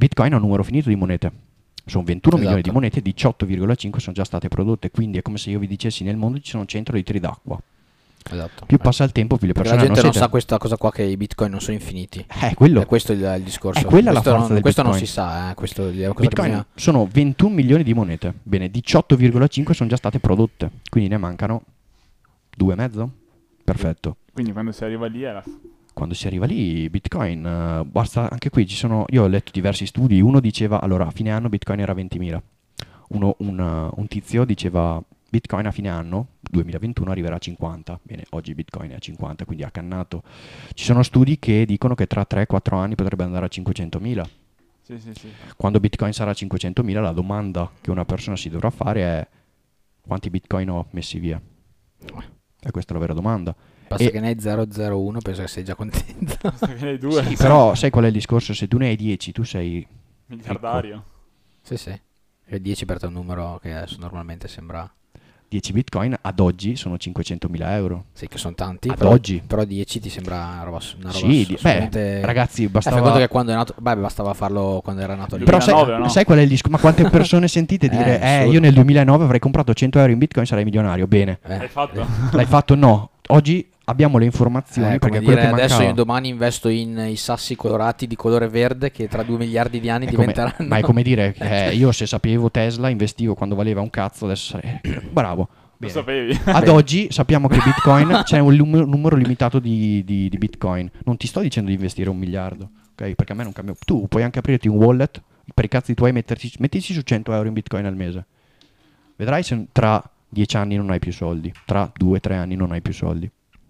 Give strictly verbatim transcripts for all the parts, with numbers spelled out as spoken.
Bitcoin ha un numero finito di monete. Sono ventuno Esatto. milioni di monete, diciotto virgola cinque sono già state prodotte, quindi è come se io vi dicessi nel mondo ci sono cento litri d'acqua. Esatto. Più passa il tempo, più le Perché persone la gente hanno non sete. sa questa cosa qua, che i bitcoin non sono infiniti. È quello. È questo il, il discorso. È quella la questo forza non, del questo non Bitcoin. si sa, eh. Questo è una cosa che Bitcoin bisogna- sono ventuno milioni di monete. Bene, diciotto virgola cinque sono già state prodotte, quindi ne mancano due e mezzo. Perfetto. Quindi quando si arriva lì è la... Quando si arriva lì, Bitcoin, eh, basta, anche qui ci sono, io ho letto diversi studi, uno diceva, allora a fine anno Bitcoin era ventimila, uno, un, uh, un tizio diceva Bitcoin a fine anno, duemilaventuno, arriverà a cinquanta, bene, oggi Bitcoin è a cinquanta, quindi ha cannato. Ci sono studi che dicono che tra tre quattro anni potrebbe andare a cinquecentomila. Sì, sì, sì. Quando Bitcoin sarà a cinquecentomila, la domanda che una persona si dovrà fare è quanti Bitcoin ho messi via? E questa è la vera domanda. Basta E- che ne hai zero zero zero uno, penso che sei già contento. Basta che ne hai due. Sì, però sai qual è il discorso? Se tu ne hai dieci, tu sei... Miliardario. Sì, sì. E dieci per te è un numero che adesso normalmente sembra... dieci Bitcoin ad oggi sono cinquecentomila euro. Sì, che sono tanti. Ad però, oggi. Però dieci ti sembra una roba, una roba Sì, di- assolutamente... beh, ragazzi, Eh, fai bastava... conto che quando è nato... Beh, bastava farlo quando era nato lì. Però sai, duemilanove, no? sai qual è il discorso? Ma quante persone sentite dire Eh, eh, assurdo. io nel duemilanove avrei comprato cento euro in Bitcoin, sarei milionario. Bene, Eh, L'hai fatto? l'hai fatto? No. Oggi abbiamo le informazioni Eh, perché come quello dire, che adesso mancava... io domani investo in i sassi colorati di colore verde che tra due miliardi di anni È come- diventeranno... ma è come dire che eh, io se sapevo Tesla investivo quando valeva un cazzo, adesso sarei... Bravo. Lo Bene. sapevi? Ad oggi sappiamo che Bitcoin c'è un lum- numero limitato di, di- di Bitcoin. Non ti sto dicendo di investire un miliardo, ok? Perché a me non cambia. Tu puoi anche aprirti un wallet per i cazzi tuoi e metterci, mettici su cento euro in Bitcoin al mese. Vedrai se tra dieci anni non hai più soldi, tra due tre anni non hai più soldi.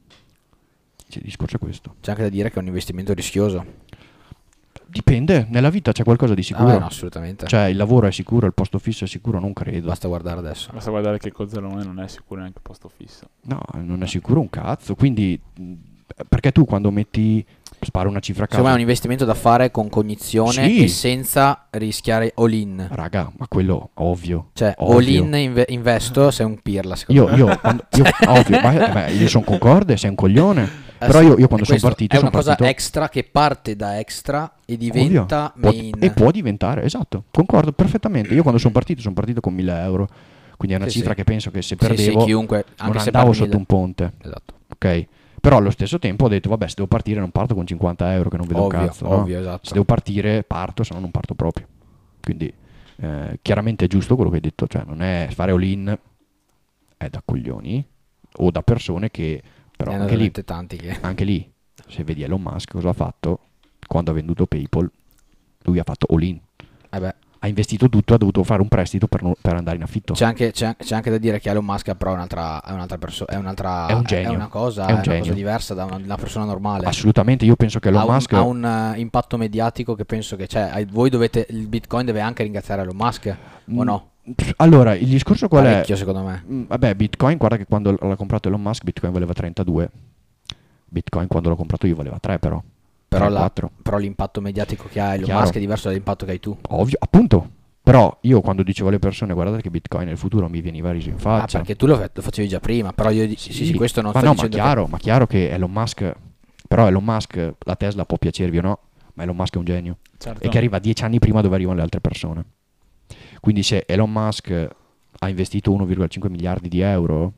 Sì, il discorso è questo. C'è anche da dire che è un investimento rischioso. Dipende, nella vita c'è qualcosa di sicuro. Ah, beh, no, assolutamente. Cioè il lavoro è sicuro, il posto fisso è sicuro, non credo. Basta guardare adesso. Basta guardare che Cozzalone non è sicuro neanche posto fisso. No, non è sicuro un cazzo. Quindi, mh, perché tu quando metti, sparo una cifra a Secondo me è caso, un investimento da fare con cognizione Sì. e senza rischiare all-in. raga, ma quello ovvio. Cioè, ovvio. all-in inve- investo, sei un pirla, secondo Io, me. io, quando, io ovvio, ma, eh, beh, io sono concorde, sei un coglione. Eh Però sì, io, io quando e sono questo partito, è una sono cosa partito, extra che parte da extra e diventa ovvio, può- main. e può diventare, esatto, concordo perfettamente. Io quando sono partito, sono partito con mille euro. Quindi è una Sì, cifra sì. che penso che se Sì, sì, perdevo chiunque, non anche se andavo parli sotto mille- un ponte. Esatto. Ok? Però allo stesso tempo ho detto, vabbè, se devo partire non parto con cinquanta euro che non vedo Ovvio, un cazzo. no? ovvio, esatto. Se devo partire, parto, se no non parto proprio. Quindi eh, chiaramente è giusto quello che hai detto, cioè non è fare all-in, è da coglioni o da persone che, però Ne hanno anche lì, veramente tanti che... anche lì, se vedi Elon Musk cosa ha fatto, quando ha venduto PayPal, lui ha fatto all-in, Eh beh, ha investito tutto, ha dovuto fare un prestito per, no- per andare in affitto. c'è anche, c'è, c'è anche da dire che Elon Musk però è un'altra, è un'altra persona, è un'altra... È un genio. È una cosa, È un è una cosa genio. diversa da una, una persona normale. Assolutamente, io penso che Elon ha un, Musk... ha un eh, impatto mediatico che penso che c'è. Ai- voi dovete, il Bitcoin deve anche ringraziare Elon Musk o Mm, no? Allora, il discorso qual è? Parecchio secondo me. Mm, Vabbè, Bitcoin, guarda che quando l'ha comprato Elon Musk, Bitcoin valeva trentadue. Bitcoin quando l'ho comprato io valeva tre però. Però, la- quattro. però l'impatto mediatico che ha Elon Chiaro. Musk è diverso dall'impatto che hai tu. Ovvio, appunto. Però io quando dicevo alle persone guardate che Bitcoin è il futuro mi veniva riso in Ah, faccia. perché tu lo, fa- lo facevi già prima. Però io di- sì, sì, questo non ma sto no, ma dicendo chiaro, ma chiaro che Elon Musk, però Elon Musk, la Tesla può piacervi o no, ma Elon Musk è un genio. Certo. E che arriva dieci anni prima dove arrivano le altre persone. Quindi se Elon Musk ha investito uno virgola cinque miliardi di euro,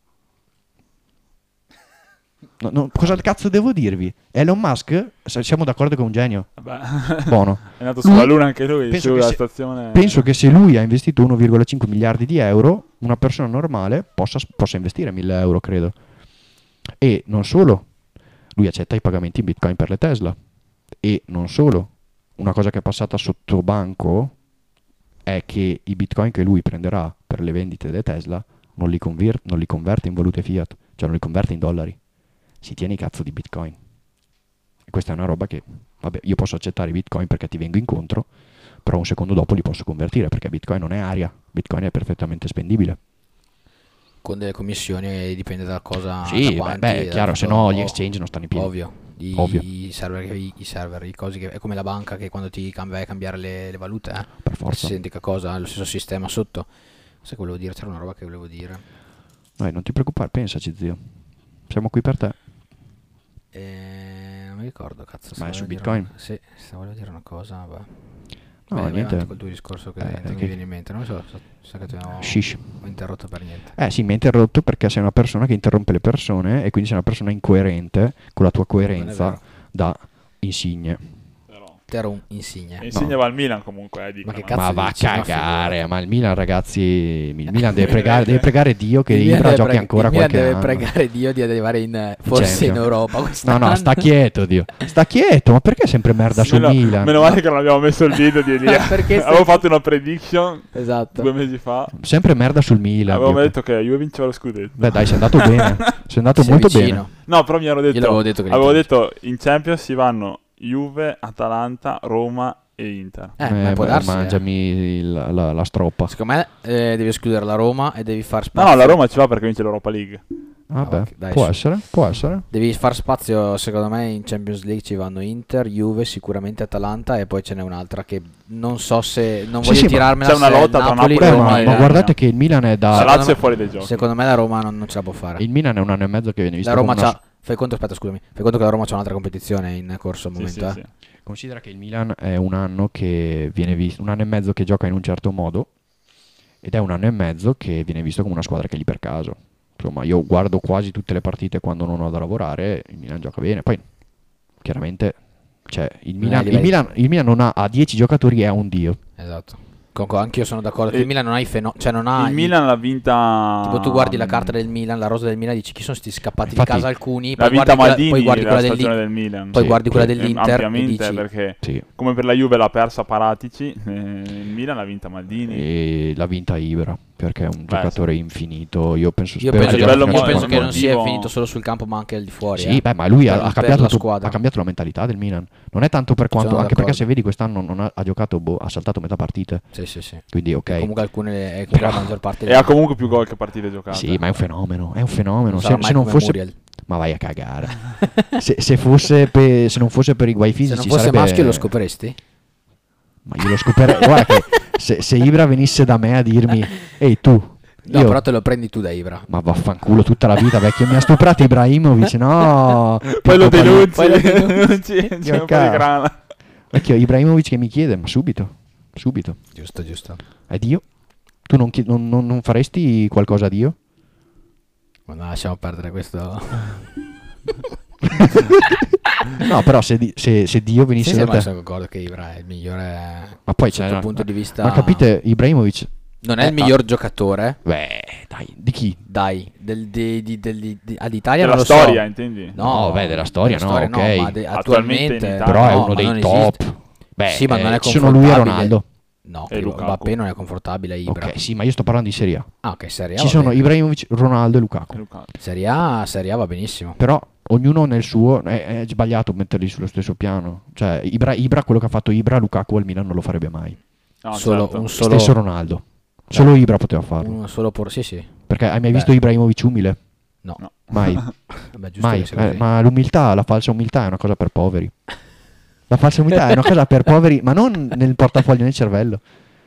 no, no, cosa cazzo devo dirvi? Elon Musk, se- siamo d'accordo che è un genio. Vabbè. Buono. È andato sulla Lui- luna anche lui, penso sulla che se- stazione. Penso che se lui ha investito uno virgola cinque miliardi di euro, una persona normale possa, possa investire mille euro, credo. E non solo, lui accetta i pagamenti in Bitcoin per le Tesla. E non solo, una cosa che è passata sotto banco è che i Bitcoin che lui prenderà per le vendite delle Tesla non li, convir- non li converte in valute fiat, cioè non li converte in dollari. Si tiene i cazzo di Bitcoin. E questa è una roba che, vabbè, io posso accettare i Bitcoin perché ti vengo incontro, però un secondo dopo li posso convertire perché Bitcoin non è aria, Bitcoin è perfettamente spendibile. con delle commissioni e dipende da cosa. Sì, da beh, quanti, beh, è da chiaro, tutto. se no gli Oh, exchange non stanno in piedi. Ovvio. I, Ovvio. i server, i, i server, i cosi che è come la banca che quando ti cambia, vai a cambiare le, le valute, eh. Per forza. Identica cosa, lo stesso sistema sotto. Sai che volevo dire? C'era una roba che volevo dire. Dai, non ti preoccupare, pensaci, zio. Siamo qui per te. Eh, non mi ricordo, cazzo. Ma è stavo su a dire Bitcoin? una- Sì, stavo a dire una cosa, vabbè. No, Vai, vai niente. avanti col tuo discorso che Eh, non mi che- viene in mente. Non so, so, so che ti ho, Shish. ho interrotto per niente. Eh sì, mi hai interrotto perché sei una persona che interrompe le persone e quindi sei una persona incoerente con la tua Non è coerenza vero. da Insigne. Però. Te ero un Insigne. E Insigne va al Milan comunque, eh, dicono. Ma che cazzo Ma va a dici? No, cagare, figurati. ma il Milan ragazzi, il Milan deve pregare, deve pregare Dio che Il Milan Ibra deve giochi preg- ancora il Milan qualche deve anno. pregare Dio di arrivare in eh, forse Champions. in Europa No, quest'anno. no, sta quieto Dio. Sta quieto, ma perché sempre merda sul meno, Milan? meno male che non abbiamo messo il video di Elia. Perché Avevo sei- fatto una prediction Esatto. due mesi fa. Sempre merda sul Milan. Avevamo Dio. detto che Juve vinceva lo scudetto. Beh dai, sei andato bene. Sei andato Sei molto vicino. bene. No, però mi hanno detto. Io l'avevo detto che avevo l'Inter- detto in Champions si vanno Juve, Atalanta, Roma e Inter. Eh, ma può beh, darsi, eh. mangiami il- la, la stroppa. Secondo me eh, devi escludere la Roma e devi far No, spazio. no, la Roma ci va perché vince l'Europa League. Vabbè, ok, dai, può su. essere, può essere. Devi far spazio, secondo me, in Champions League ci vanno Inter, Juve, sicuramente Atalanta e poi ce n'è un'altra che non so se... Non Sì, voglio sì, ma tirarmela c'è una se è lotta tra Napoli, Napoli Beh, e Roma ma, e- ma eh, guardate no. che il Milan è La da... Secondo Lazio è me- fuori dai giochi. Secondo me la Roma non, non ce la può fare. Il Milan è un anno e mezzo che viene visto La Roma come una- c'ha... Fai conto, aspetta, scusami. Fai conto che la Roma c'ha un'altra competizione in corso al Sì, momento, sì, eh. sì. Considera che il Milan è un anno che viene visto, un anno e mezzo che gioca in un certo modo ed è un anno e mezzo che viene visto come una squadra che è lì per caso. Insomma, io guardo quasi tutte le partite quando non ho da lavorare, il Milan gioca bene. Poi, chiaramente, cioè, il Non è Milan, a il livelli- Milan, il Milan non ha, ha dieci giocatori e ha un dio. Esatto. Comunque anch'io sono d'accordo che E- il Milan non ha i fenomeni, cioè non ha Il i- Milan l'ha vinta. tipo tu guardi la carta del Milan, la rosa del Milan, dici chi sono sti scappati Infatti, di casa alcuni, L'ha poi vinta guardi quella, Maldini poi guardi la quella stagione dell'I- del Milan. poi Sì, guardi quella sì, Eh, dell'Inter e ampiamente dici perché Sì. come per la Juve l'ha persa Paratici, eh, il Milan l'ha vinta Maldini. E l'ha vinta Ibra perché è un Beh, giocatore infinito. Io penso, io spero penso, a che che, livello giochi io fino a penso che non sia sportivo- finito solo sul campo ma anche al di fuori. Sì, eh. beh, ma lui ha, Per- ha per cambiato la tu- squadra. ha cambiato la mentalità del Milan. Non è tanto per quanto, Sono anche perché d'accordo. se vedi quest'anno non ha, ha giocato, boh, ha saltato metà partite. Sì, sì, sì. Quindi ok. Comunque alcune le- e comunque la maggior parte E le ha comunque più gol che partite giocate. Sì, ma è un fenomeno, è un fenomeno. non Se, sarà se mai non come fosse, Muriel. ma vai a cagare. se, se fosse pe- se non fosse per i guai Se fisici, non fosse sarebbe... maschio lo scopresti? Ma io lo scoperei. Guarda che se, se Ibra venisse da me a dirmi, ehi tu, No, io- però te lo prendi tu da Ibra. ma vaffanculo tutta la vita, vecchio, mi ha stuprato Ibrahimovic, no. Poi lo Pippo Palì- denunzi, poi lo denunzi. C'è- c'è un po' cazzo. di grana. Vecchio, Ibrahimovic che mi chiede, ma subito, subito. Giusto, giusto. È Dio? Tu non, chi- non- non- non faresti qualcosa a Dio? Ma no, lasciamo perdere questo. No, però se, di- se- se Dio Sì, venisse sì, da ma te... sono d'accordo che Ibra è il migliore Ma poi sotto c'è... il punto di vista. Ma capite, Ibrahimovic... Non è Eh, il miglior giocatore, Beh, dai, di chi? dai, del, di, di, del- di- di- all'Italia Della non lo storia, so. intendi? No, beh, della storia no, ok. ma de- Attualmente attualmente, in Italia. Però è no, uno ma dei non top. esiste. Beh, Sì, ma non è eh, sono lui e confrontabile. Ronaldo. No, E più Lukaku. Mbappé non è confrontabile. Ibra. Ok, sì, ma io sto parlando di Serie A. Ah, ok, Serie A. Ci va sono bene. Ibrahimovic, Ronaldo e Lukaku. Lukaku. Serie A, Serie A va benissimo. Però ognuno nel suo... È, è sbagliato metterli sullo stesso piano. Cioè, Ibra, Ibra, quello che ha fatto Ibra, Lukaku al Milan non lo farebbe mai. No, solo certo. un solo, Stesso Ronaldo. Solo Ibra poteva farlo. uno solo por- sì, sì. Perché hai mai Beh. visto Ibrahimovic umile? No. No. Mai. Vabbè, giusto Mai. che sia così. Eh, ma l'umiltà, la falsa umiltà è una cosa per poveri. La falsa umiltà è una cosa per poveri, ma non nel portafoglio, nel cervello.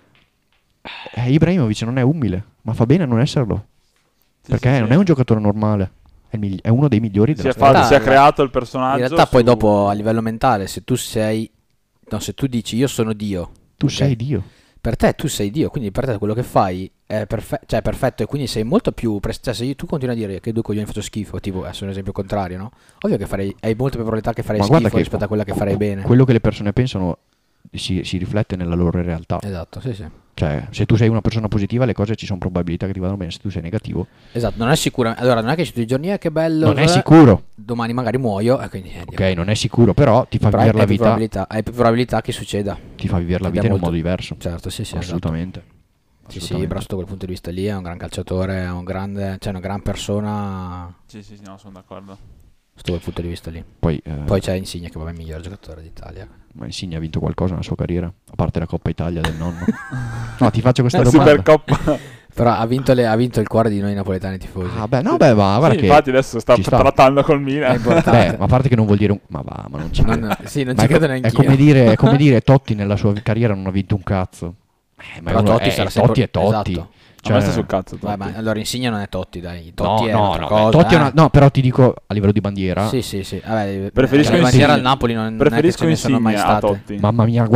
Eh, Ibrahimovic non è umile, ma fa bene a non esserlo. Sì, Perché sì, non sì. è un giocatore normale. È, il migli- è uno dei migliori Si della è, storia. fatto, si è realtà- creato il personaggio. In realtà poi su- dopo a livello mentale, se tu sei... No, se tu dici io sono Dio, Tu ok? sei Dio. Per te tu sei Dio, quindi per te quello che fai è perfe- cioè, perfetto e quindi sei molto più... pres- cioè se io- tu continui a dire che due coglioni faccio schifo, tipo adesso un esempio contrario, no? Ovvio che farei, hai molte più probabilità che farei Ma guarda schifo che rispetto a quella che farei bene. Quello che le persone pensano si, si riflette nella loro realtà. Esatto, sì, sì. Cioè, se tu sei una persona positiva, le cose ci sono probabilità che ti vadano bene. Se tu sei negativo, Esatto, non è sicuro. Allora, non è che tutti i giorni, eh, che bello. non è eh, sicuro. Domani magari muoio, e quindi... eh, Ok, non è sicuro, però ti fa però vivere hai la più vita. probabilità, hai più probabilità che succeda. Ti fa vivere la Ed è vita in un molto- modo diverso. Certo, sì, sì, esatto. Assolutamente. Sì, sì, Assolutamente. Ibra sotto quel punto di vista lì è un gran calciatore, è un grande, cioè una gran persona Sì, sì, sì, no, sono d'accordo. sotto quel punto di vista lì. Poi, eh, Poi c'è Insigne che vabbè è il miglior giocatore d'Italia. ma Insigne ha vinto qualcosa nella sua carriera, a parte la Coppa Italia del nonno. No, ti faccio questa La domanda. Supercoppa. Però ha vinto, le- ha vinto il cuore di noi napoletani tifosi. Ah, beh, no, beh, ma guarda Sì, che... infatti adesso sta ci sta. trattando col È Milan. importante. Beh, ma a parte che non vuol dire un... Ma va, ma non ci credo. Non- sì, non Ma ci è, co- credo è neanche come dire, è come dire Totti nella sua carriera non ha vinto un cazzo. Eh, ma Però è uno- Totti eh, sarà Totti sempre- è Totti. esatto. A me sta Cioè, sul cazzo. Vabbè, ma Totti. allora Insigne non è Totti, dai. no, Totti è no, un'altra no, cosa. Totti è una- eh. no, però ti dico a livello di bandiera. Sì, sì, sì. Vabbè, Preferisco la bandiera Insigne. al Napoli non, non è che Preferisco ce ne sono mai Insigne a state. Totti. Mamma mia, guarda,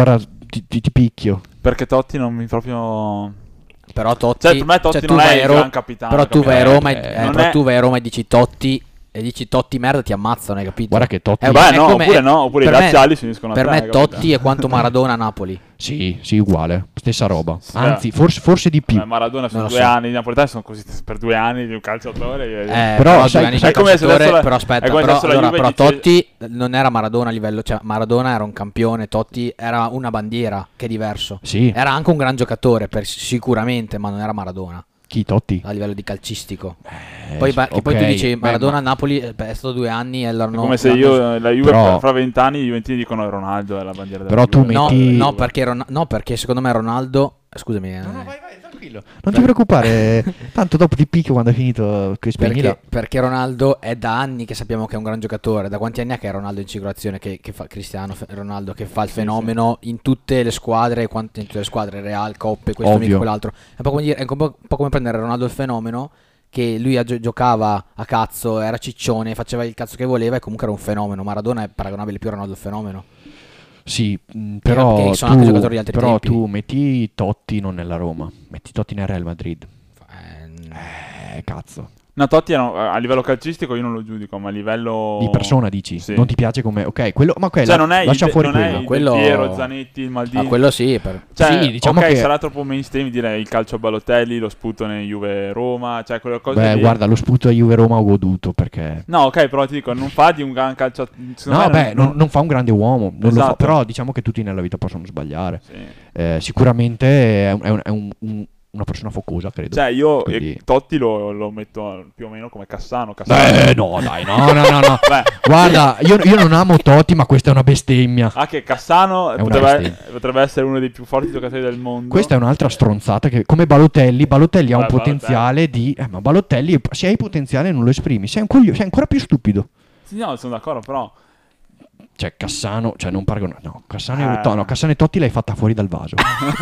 ti, ti- ti picchio. Perché Totti non mi proprio... Però Totti, Cioè, per me Totti cioè, tu non è vai il a Ro- gran capitano, Però tu vai a capito? Roma, e, Eh, eh, non però è- tu vai a Roma e dici Totti e dici Totti merda, ti ammazzano, hai capito? Guarda che Totti... Eh, Beh, è no, come- oppure è- no, oppure i per me- laziali si uniscono a Per te, me capito? Totti è quanto Maradona a Napoli. Sì, sì, uguale. Stessa roba. Sì, Anzi, eh. forse, forse di più. Eh, Maradona sono Non lo due so. anni, i napoletani sono così per due anni di un calciatore. e- Eh, Però, però, sai- due anni sai di come se calciatore, adesso la- però è aspetta, come se però, adesso la allora, Juve però dice- Totti non era Maradona a livello, cioè Maradona era un campione, Totti era una bandiera, che è diverso. Sì, Era anche un gran giocatore, per, sicuramente, ma non era Maradona chi Totti? a livello di calcistico. Eh, Poi, ba- che ok, poi tu dici beh, Maradona ma- a Napoli eh, beh, è stato due anni e allora È no, come se l'hanno- io, la Juve, Però- fra vent'anni i Juventini dicono Ronaldo è la bandiera della Però tu Juve. No, metti- no, perché, Ron- no, perché secondo me Ronaldo. Scusami, eh, No, no, vai, vai, tranquillo. Non ti preoccupare, tanto dopo ti picchio quando hai finito che spegni là. perché, perché Ronaldo è da anni che sappiamo che è un gran giocatore. Da quanti anni è che è Ronaldo in circolazione? Che, che fa Cristiano Fe- Ronaldo che fa il Sì, fenomeno in tutte le squadre, quant- in tutte le squadre, Real, Coppe, questo Ovvio. amico, quell'altro. È un po' come, dire- è un po', un po' come prendere Ronaldo il fenomeno. Che lui a gio- giocava a cazzo, era ciccione, faceva il cazzo che voleva e comunque era un fenomeno. Maradona è paragonabile più a Ronaldo il fenomeno. Sì, mh, però, che sono anche tu, giocatori di altri però tempi. tu metti Totti non nella Roma, metti Totti nel Real Madrid. Eh, Eh, cazzo. No, Totti era- a livello calcistico io non lo giudico, ma a livello... Di persona dici? Sì. Non ti piace come... Ok, quello... Ma ok, Cioè la- non è lascia il, fuori non è quello. il Quello- Del Piero, Zanetti, il Maldini. ah, quello sì, per... Cioè, Sì, diciamo ok, che- sarà troppo mainstream dire il calcio a Balotelli, lo sputo nel Juve Roma, cioè quelle cose Beh, lì. guarda, lo sputo a Juve-Roma ho goduto perché... No, ok, però ti dico, non fa di un gran calcio... No, beh, non, non fa un grande uomo, non lo fa, Esatto. però diciamo che tutti nella vita possono sbagliare. Sì. Eh, sicuramente è, un- è un- è un- un- una persona focosa, credo. Cioè io Quindi- eh, Totti lo, lo metto più o meno come Cassano. Cassano. Beh, no, dai, no, no, no, no. Beh, Guarda, io, io non amo Totti, ma questa è una bestemmia. anche Cassano È una potrebbe, bestemmia. potrebbe essere uno dei più forti giocatori del mondo. Questa è un'altra stronzata che, come Balotelli, Balotelli ha un Beh, potenziale di... Eh, ma Balotelli, se hai potenziale non lo esprimi, sei un coglio, sei ancora più stupido. Sì, no, sono d'accordo, però... Cioè, Cassano, cioè non paragona... No, Cassano, e, Eh. to- no, Cassano e Totti l'hai fatta fuori dal vaso.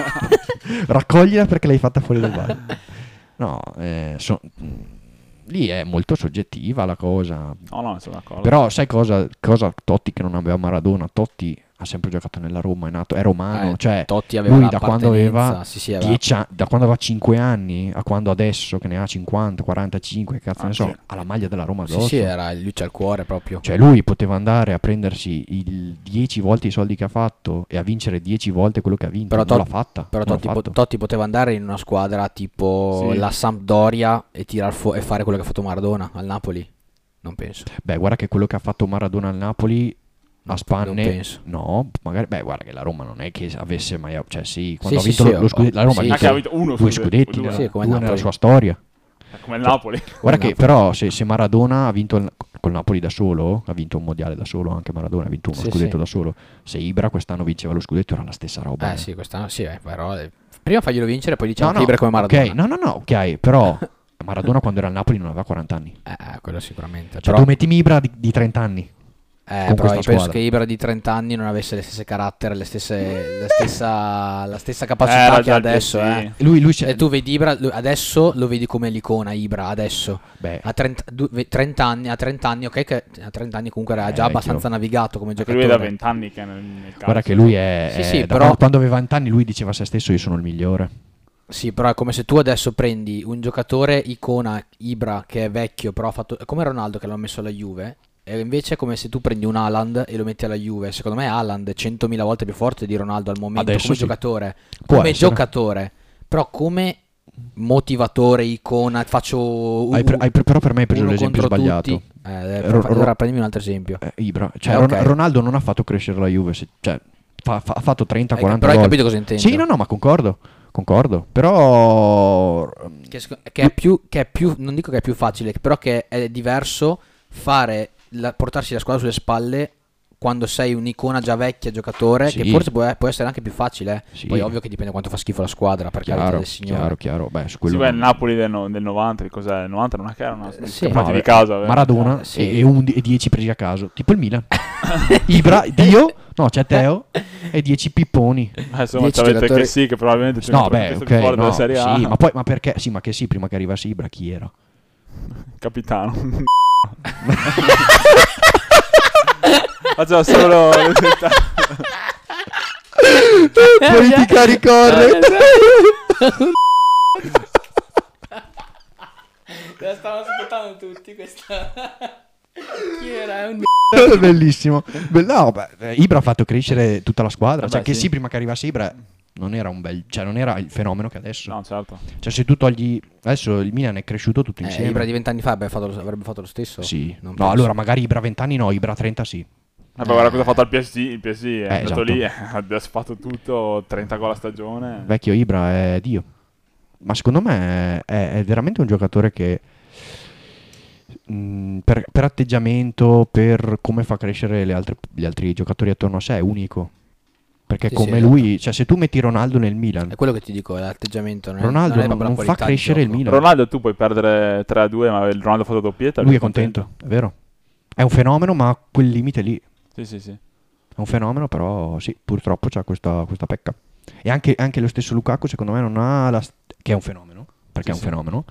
Raccoglila perché l'hai fatta fuori dal vaso. No, eh, so- lì è molto soggettiva la cosa. No, no, sono d'accordo. Però sai cosa, cosa Totti che non aveva Maradona? Totti ha sempre giocato nella Roma, è nato, è romano, Eh, cioè Totti aveva lui la da quando aveva appartenenza, sì, sì, aveva- dieci anni, da quando aveva cinque anni a quando adesso che ne ha cinquanta, quarantacinque, che cazzo Ah, ne so, sì. ha la maglia della Roma Sì, addosso. sì, era, lui c'ha il cuore proprio. Cioè lui poteva andare a prendersi il dieci volte i soldi che ha fatto e a vincere dieci volte quello che ha vinto, Però non Tot- l'ha fatta. Però non l'ha Totti, po- fatto. Totti poteva andare in una squadra tipo Sì. la Sampdoria e, tirar fu- e fare quello che ha fatto Maradona al Napoli? Non penso. Beh, guarda che quello che ha fatto Maradona al Napoli a Non- spanne, non penso. no, magari, beh, guarda che la Roma non è che avesse mai, cioè sì, Sì, quando sì, ha vinto sì, lo, lo scudetto, la Roma sì, ha Ah, vinto che ha vinto uno due scudetto, scudetti, due. ne- Sì, come due il nella Napoli. sua storia. È come il Napoli. Guarda che Napoli. però se, se Maradona ha vinto il- col Napoli da solo, ha vinto un mondiale da solo, anche Maradona ha vinto uno Sì, scudetto sì. da solo. Se Ibra quest'anno vinceva lo scudetto era la stessa roba. Eh sì, quest'anno sì, eh, però eh, prima faglielo vincere, poi diciamo No, che no, Ibra è come Maradona. ok, no, no, no, ok, però Maradona quando era al Napoli non aveva quaranta anni. Eh, eh, quello sicuramente. Cioè però tu metti Ibra di, di trenta anni. eh, con però io questa penso squadra. che Ibra di trenta anni non avesse le stesse carattere, le stesse, la, stessa, la stessa Eh, capacità era che già ha adesso. sì. Eh. Lui, lui si- E tu vedi Ibra, lui- adesso lo vedi come l'icona Ibra, adesso. beh, A trenta, du- ve- trenta anni, a trenta anni, ok che a trenta anni comunque era Eh, già abbastanza navigato come Anche giocatore. lui è da venti anni che è nel, nel calcio. guarda che lui è, Sì, è- sì, da però- quando, quando aveva venti anni lui diceva a se stesso io sono il migliore. Sì, però è come se tu adesso prendi un giocatore icona, Ibra, che è vecchio, però ha fatto... è come Ronaldo che l'ha messo alla Juve, e invece è come se tu prendi un Haaland e lo metti alla Juve. Secondo me Haaland è centomila volte più forte di Ronaldo al momento Adesso come sì. giocatore. Può Come essere. giocatore, però come motivatore, icona, faccio... Hai pre- hai pre- però per me hai preso uno l'esempio contro sbagliato. tutti. Eh, Ro- allora Ro- prendimi un altro esempio. Eh, Ibra, cioè Eh, Ron- ok. Ronaldo non ha fatto crescere la Juve, se- cioè fa- fa- ha fatto trenta quaranta però hai gol. capito cosa intendo? Sì, no, no, ma concordo, concordo. Però Che, sc- che è più, che è più, non dico che è più facile, però che è diverso fare, la- portarsi la squadra sulle spalle quando sei un'icona già vecchia giocatore, Sì. che forse può, può essere anche più facile. eh. Sì. Poi ovvio che dipende quanto fa schifo la squadra, per carità chiaro, del signore. chiaro, chiaro. Beh, su Sì, quello beh, il non- Napoli del, no- del novanta, di cos'è? Il novanta non è che era una Eh, sì. scappati No, di vabbè, casa. eh. Maradona Eh, sì. e, e undi- e dieci presi a caso, tipo il Milan. Ibra, Dio, no, c'è Teo e dieci pipponi. Eh, insomma, dieci c'avete giocatori- che sì, che probabilmente c'è No, un beh, questo ok, più forte no, della Serie A. sì, ma poi ma perché sì, ma che sì, prima che arrivasse Ibra chi era? Capitano. Faceva solo le tette- Politica ricorre. La stavano aspettando tutti questa. Chi era? È un Bellissimo. Be- no, beh, Ibra ha fatto crescere tutta la squadra. Vabbè, Cioè, che sì. sì, prima che arrivasse Ibra non era un bel, cioè non era il fenomeno che adesso. No, certo. Cioè, se tu togli adesso il Milan è cresciuto tutto Eh, insieme. Ibra di vent'anni fa avrebbe fatto lo, avrebbe fatto lo stesso? Sì. Non No, penso. allora magari Ibra vent'anni no, Ibra trenta sì. Vabbè, guarda cosa ha fatto al P S G. Il P S G è Eh, andato esatto. lì, eh, ha fatto tutto, trenta gol a stagione. Vecchio Ibra è Dio. Ma secondo me è, è veramente un giocatore che mh, per, per atteggiamento, per come fa crescere le altre- gli altri giocatori attorno a sé è unico. Perché Sì, come sì, lui, cioè se tu metti Ronaldo nel Milan, È quello che ti dico, è l'atteggiamento. Non è, Ronaldo non, è non, proprio la non fa qualità di crescere il gioco. Milan. Ronaldo tu puoi perdere tre a due, ma il Ronaldo ha fatto doppietta. Lui è contento, è vero. È un fenomeno, ma a quel limite lì. Sì, sì, sì. È un fenomeno, però sì, purtroppo c'ha questa, questa pecca. E anche, anche lo stesso Lukaku, secondo me, non ha la... st- che è un fenomeno, perché Sì, è un sì. fenomeno.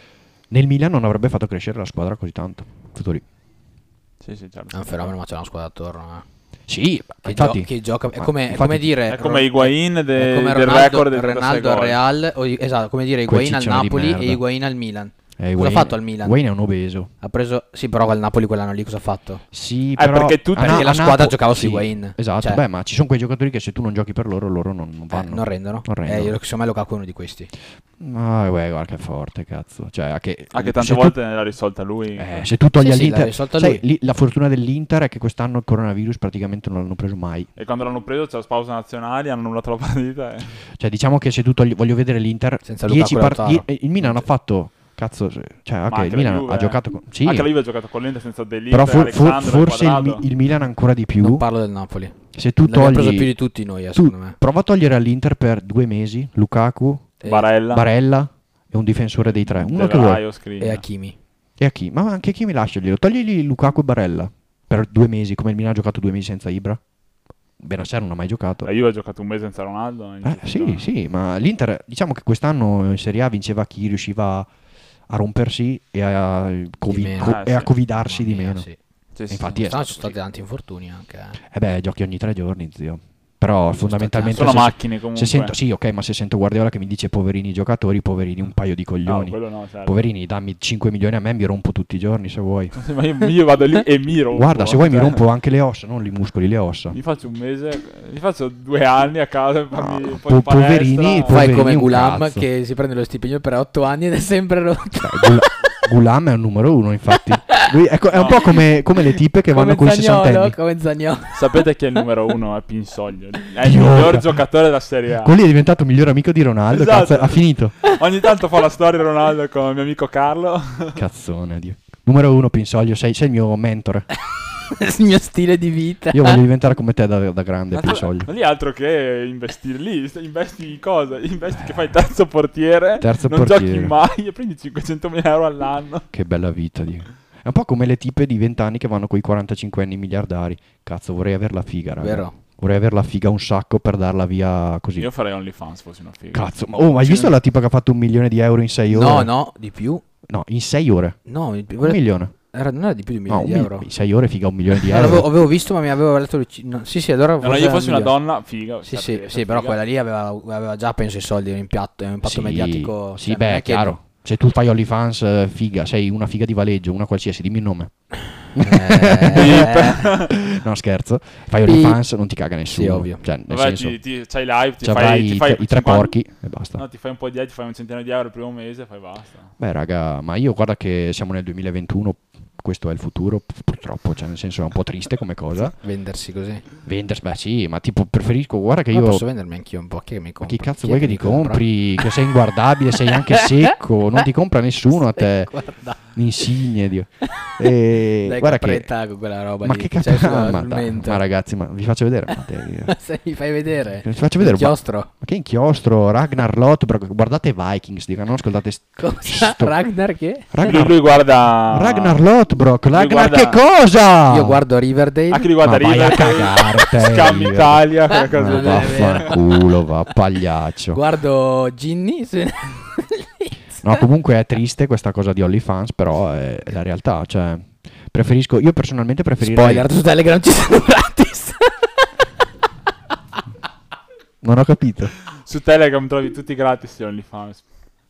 Nel Milan non avrebbe fatto crescere la squadra così tanto. Tutto lì. Sì, sì, certo. È un fenomeno, ma c'è una squadra attorno. Eh. Sì, Che, infatti... gio- che gioca. È ma come, è infatti- come dire. È come Higuain è de- come del Ronaldo, record dei trentasei Ronaldo al gol. Real. O, esatto, come dire Quel Higuain al ciccione di Napoli merda. e Higuain al Milan. Eh, Cosa ha Higuain- fatto al Milan? Higuain è un obeso. Ha preso. Sì, però al Napoli quell'anno lì cosa ha fatto? Sì, Eh, però... perché tutti- a Na- Perché la a squadra Napo- giocava su sì, Higuain. Esatto, Cioè- beh, ma ci sono quei giocatori che se tu non giochi per loro, loro non, non Eh, vanno. non rendono. Non rendono. Eh, io secondo me Lukaku è uno di questi. Ma guarda, guarda che forte, cazzo. Cioè, che, Anche tante se tu- volte l'ha risolta lui. Eh, se tu togli Sì, sì, l'ha all'Inter, risolta sai, lui. lì la fortuna dell'Inter è che quest'anno il coronavirus praticamente non l'hanno preso mai. E quando l'hanno preso c'era pausa nazionali, hanno annullato la partita. E... Cioè, diciamo che se tu togli, voglio vedere l'Inter, Senza dieci Lukaku e par- Lautaro. die- il Milan Non ha c'è. fatto cazzo, cioè, Ma ok, anche il la Milan Juve, ha eh. giocato con sì, Anche la Juve ha giocato con l'Inter senza De Ligt, però for- for- Alexandro e forse il, Quadrado. Mi- il Milan ancora di più. Non parlo del Napoli. Se tu L'abbiamo preso più togli di tutti noi, eh, tu secondo me. prova a togliere all'Inter per due mesi Lukaku, E, Barella, Barella e un difensore dei tre, uno Del che vuoi. Raio, Skriniar. e Hakimi. E a chi? Ma anche chi mi lasciaglielo? Togligli Lukaku e Barella per due mesi, come il Milan ha giocato due mesi senza Ibra. Benasser non ha mai giocato. La Juve ha giocato un mese senza Ronaldo. Eh, sì, sì, ma l'Inter, diciamo che quest'anno in Serie A vinceva chi riusciva a rompersi e a, covi- meno. co- Ah, e a sì. covidarsi di Mamma mia, meno. sì. Sì, sì. Infatti è Quest'anno stato ci sono stati così. tanti infortuni anche. eh. Eh beh, giochi ogni tre giorni, zio. Però fondamentalmente... Sono se- macchine comunque. se sento, sì, ok, ma se sento Guardiola che mi dice poverini i giocatori, poverini un paio di No, coglioni. quello no, certo. Poverini, dammi cinque milioni a me, mi rompo tutti i giorni se vuoi. Ma io, io vado lì e mi rompo. Guarda, se vuoi mi Cioè, rompo anche le ossa, non i muscoli, le ossa. Mi faccio un mese, mi faccio due anni a casa, farmi No, un po' di po- poverini, palestra. po- Fai Poverini come un Gulam cazzo. che si prende lo stipendio per otto anni ed è sempre rotto. Beh, Gul- Gulam è un numero uno, infatti. Lui è, co- è un po' come, come le tipe che vanno con i Zaniolo, sessantenni. come Zaniolo. Sapete che il numero uno è Pinsoglio? È il Dio, miglior cazzo. giocatore della Serie A. Quelli è diventato migliore amico di Ronaldo, Esatto. cazzo, ha finito. Ogni tanto fa la storia Ronaldo con il mio amico Carlo. Cazzone, Dio. Numero uno, Pinsoglio, sei, sei il mio mentore. Il mio stile di vita. Io voglio diventare come te da, da grande, Ma tu- Pinsoglio. ma lì altro che investire lì, st- investi in cosa? Investi che fai terzo portiere, Terzo non portiere. giochi mai e prendi cinquecentomila euro all'anno. Che bella vita, Dio. È un po' come le tipe di venti anni che vanno con i quarantacinque anni miliardari. Cazzo, vorrei averla figa, raga. Vero? Vorrei averla figa un sacco per darla via così. Io farei OnlyFans fossi una figa. Cazzo, ma oh, ma hai visto la tipa che ha fatto un milione di euro in sei ore? No, no, di più. No, in sei ore. No, il- Un milione. era, non era di più di un No, milione un di mil- euro. in sei ore figa un milione di No, euro. l'avevo, avevo visto, ma mi aveva letto. le ci- no, sì, sì, allora. No, no, forse io era fossi un una milione. donna figa. Sì, certo, sì, che sì, sei però figa. quella lì aveva, aveva già penso i soldi, un impatto, un impatto Sì, mediatico. Sì, cioè, non beh, è è che- chiaro. Se tu fai OnlyFans eh, figa, sei una figa di Valeggio, una qualsiasi, dimmi il nome. Eh, No, scherzo. Fai OnlyFans, non ti caga nessuno. Sì, ovvio. Cioè, nel Vabbè, senso, ti, ti, c'hai live, ti cioè, fai, avrai ti i, fai tre- i tre cinquanta porchi e basta. No, ti fai un po' di ti fai un centinaio di euro il primo mese e poi basta. Beh, raga, ma io guarda che siamo nel duemilaventuno, questo è il futuro, p- purtroppo, cioè nel senso è un po' triste come cosa. vendersi così. Vendersi, beh sì, ma tipo preferisco, guarda che Ma io... posso vendermi anch'io un po'. Chi è che mi Ma compra? chi cazzo Chi è vuoi che ti mi compra? compri? Che sei inguardabile, sei anche secco, non ti compra nessuno a te. Guarda, Insigne, Dio. E dai guarda che... capretta con quella roba Ma lì che che c'hai cazzo? sul- Ma, sul dai, mento. ma ragazzi, ma vi faccio vedere. Ma, te- Se mi fai vedere. vi faccio vedere. Ma, Inchiostro. ma che inchiostro? Ragnar Lothbrok, guardate Vikings, dico, non ascoltate... st- Cosa? sto- Ragnar che? Lui, Ragnar, lui guarda Ragnar Lothbrok, Ragnar guarda- che cosa? Io guardo Riverdale. anche lui guarda Ma vai a Riverdale, cagare, te, Scam Riverdale. Italia, quella Ma cosa Ma non lì. è vero. vaffanculo, va, pagliaccio. Guardo Ginny. se- No, comunque è triste questa cosa di OnlyFans, però è, è la realtà, cioè preferisco, io personalmente preferirei... Spoiler, su Telegram ci sono gratis. Non ho capito. Su Telegram trovi tutti gratis gli OnlyFans.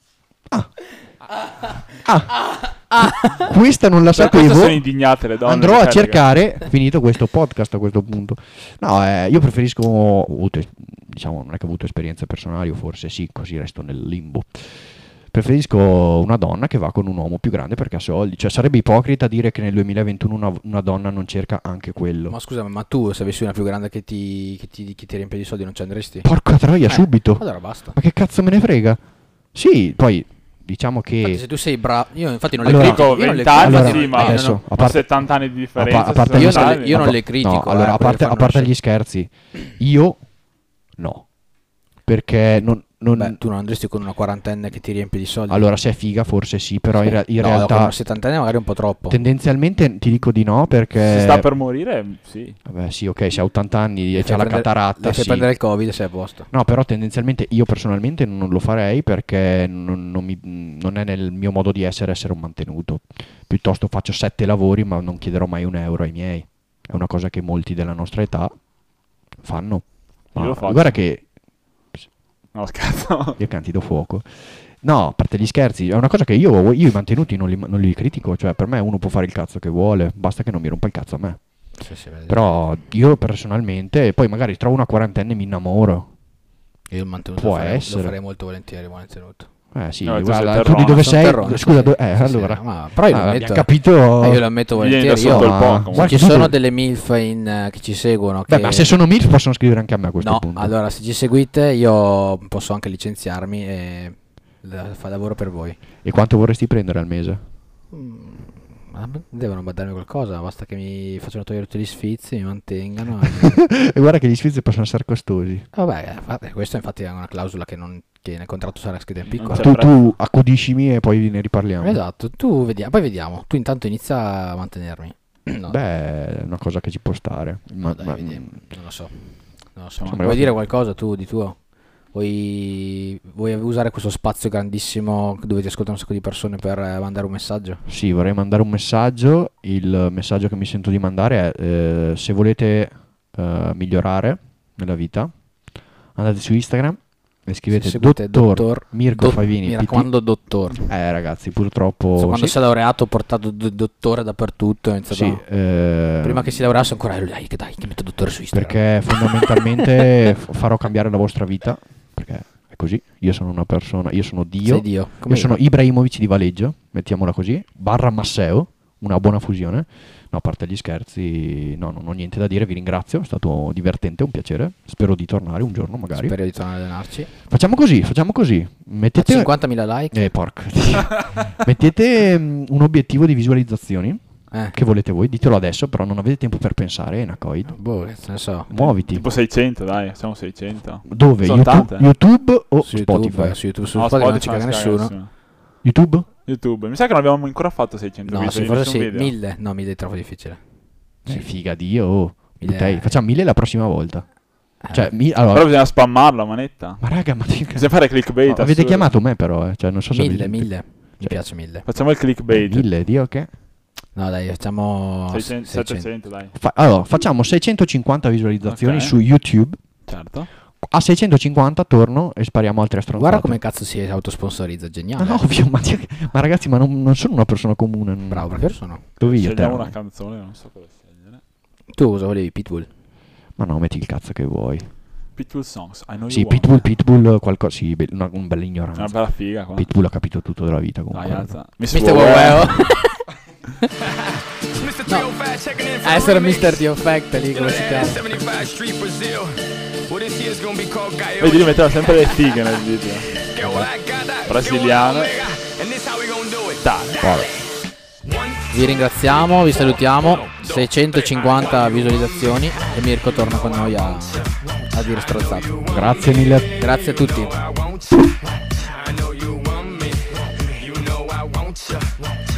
Questa non la Per questo sapevo. sono indignate le donne. Andrò di a Telegram. cercare, finito questo podcast a questo punto. No, eh, io preferisco, ho avuto, diciamo, non è che ho avuto esperienze personali, o forse sì, così resto nel limbo. Preferisco una donna che va con un uomo più grande perché ha soldi. Cioè sarebbe ipocrita dire che nel duemilaventuno una, una donna non cerca anche quello. Ma scusa, ma tu se avessi una più grande che ti, che ti, che ti riempie di soldi non ci andresti? Porca troia, Eh, subito. Allora basta. Ma che cazzo me ne frega? Sì, poi diciamo che... Infatti, se tu sei bravo, io infatti non Allora, le critico. Io non le venti anni, Allora, infatti, sì, io ma non- adesso, a ma parte- settanta anni di differenza. a parte- io sessanta non le- anni. io non a- le critico, no, allora, eh, a perché parte, a fanno parte se- gli scherzi, io no. Perché non... non- Beh, tu non andresti con una quarantenne che ti riempie di soldi. allora, se è figa forse sì, però in, rea- in No, con realtà... una settantenne magari un po' troppo. Tendenzialmente ti dico di no perché... Si sta per morire, sì. Vabbè sì, ok, se ha ottanta anni e Le c'ha fai la prendere- cataratta, le fai sì. prendere il Covid e sei a posto. No, però tendenzialmente io personalmente non lo farei perché non, non mi- non è nel mio modo di essere essere un mantenuto. Piuttosto faccio sette lavori ma non chiederò mai un euro ai miei. È una cosa che molti della nostra età fanno. Ma Io lo faccio. guarda che No, scherzo. io canti do fuoco. No, a parte gli scherzi, è una cosa che io, io i mantenuti non li, non li critico. Cioè per me uno può fare il cazzo che vuole, basta che non mi rompa il cazzo a me. Sì, sì, vedi. Però io personalmente, poi magari trovo una quarantenne e mi innamoro. Io il mantenuto Può lo farei, essere. lo farei molto volentieri, buon tenuto. Eh sì, No, tu guarda, sei tu di terrone. dove Sono sei? terrone, Scusa, sì. do- eh, Sì, sì, allora. ma però io lo Ah, ammetto. abbiamo capito. Eh, io lo ammetto Vieni da volentieri. sotto Io, il ma- poco. guarda ci che tu- sono delle MILF in, eh, che ci seguono. Beh, che- ma se sono MILF possono scrivere anche a me a questo No, punto. allora se ci seguite io posso anche licenziarmi e la- fa lavoro per voi. E quanto vorresti prendere al mese? Ma devono badarmi qualcosa, basta che mi facciano togliere tutti gli sfizi, mi mantengano. e- E guarda che gli sfizi possono essere costosi. Vabbè, infatti, questo infatti è una clausola che, non, che nel contratto sarà scritta in piccolo. c'è Tu, prezzo. tu accudiscimi e poi ne riparliamo. Esatto, tu vediamo, poi vediamo. Tu intanto inizia a mantenermi. No, Beh, è una cosa che ci può stare. Ma, no, dai, ma- vediamo. Non lo so. Non lo so. Insomma, Vuoi io- dire qualcosa tu di tuo? Vuoi, vuoi usare questo spazio grandissimo dove ti ascoltano un sacco di persone per eh, mandare un messaggio? Sì, vorrei mandare un messaggio. Il messaggio che mi sento di mandare è eh, se volete eh, migliorare nella vita, andate su Instagram e scrivete Se seguite dottor, dottor Mirko dot- Favini. Mi P T. raccomando, dottor. Eh ragazzi, purtroppo So, quando sì. si è laureato ho portato do- dottore dappertutto. Ho iniziato Sì, a- eh, Prima che si laureasse ancora ero dai, che dai, che metto dottore su Instagram. perché fondamentalmente f- farò cambiare la vostra vita, perché è così. Io sono una persona, io sono Dio. Sei Dio. Come Io sono Ibrahimovic di Valeggio, mettiamola così, barra Masseo, una buona fusione. No, a parte gli scherzi, no, non ho niente da dire, vi ringrazio, è stato divertente, un piacere. Spero di tornare un giorno magari. Spero di tornare ad allenarci. Facciamo così, facciamo così. Mettete cinquantamila like. Eh, porca. Mettete mm, un obiettivo di visualizzazioni Eh. che volete voi, ditelo adesso, però non avete tempo per pensare, Enacoid. Boh, che ne so. Muoviti. Tipo seicento, dai, siamo seicento. Dove? Sono YouTube, tante. YouTube o Su Spotify? YouTube, su YouTube, su No, Spotify non ci Spotify caga non si caga nessuno. YouTube? YouTube. Mi sa che non abbiamo ancora fatto seicento No, video, sì, in forse nessun sì. video. Mille. No, mille è troppo difficile. Sì, figa Dio. Oh. Mille- Buttei. Facciamo mille la prossima volta. Eh, Cioè, mi- Però allora, bisogna spammarla, manetta. ma raga, ma Bisogna fare clickbait. avete assurdo. chiamato me però, eh. Cioè, non so se mille, avete- mille. Mi Cioè, piace mille. Facciamo il clickbait. Mille, Dio che. No, dai, facciamo seicento, seicento. settecento, dai. Fa- allora, facciamo seicentocinquanta visualizzazioni Ok. su YouTube. Certo. A seicentocinquanta torno e spariamo altre stronzate. Guarda come cazzo si autosponsorizza, geniale. Ah, ovvio, ma, ma ragazzi, ma non, non sono una persona comune. non- Bravo, perché sono? Dove io te? Scegliamo una canzone, non so cosa scegliere. Tu cosa volevi, Pitbull? Ma no, metti il cazzo che vuoi. Pitbull Songs, I know Sì, you want. Pitbull, Pitbull, qualcosa. Sì, be- una, un bella È una ignoranza. bella figa qua. Pitbull ha capito tutto della vita comunque. Dai, alza. mister Wow. No, a essere mister Dio Fact lì, come si chiama? Vedi, lui metteva sempre le fighe nel video. Brasiliano. Dai. Vabbè. Vi ringraziamo, vi salutiamo. seicentocinquanta visualizzazioni e Mirko torna con noi a, a dire strozzate. Grazie mille. Grazie a tutti. I know you want me, you know I want ya.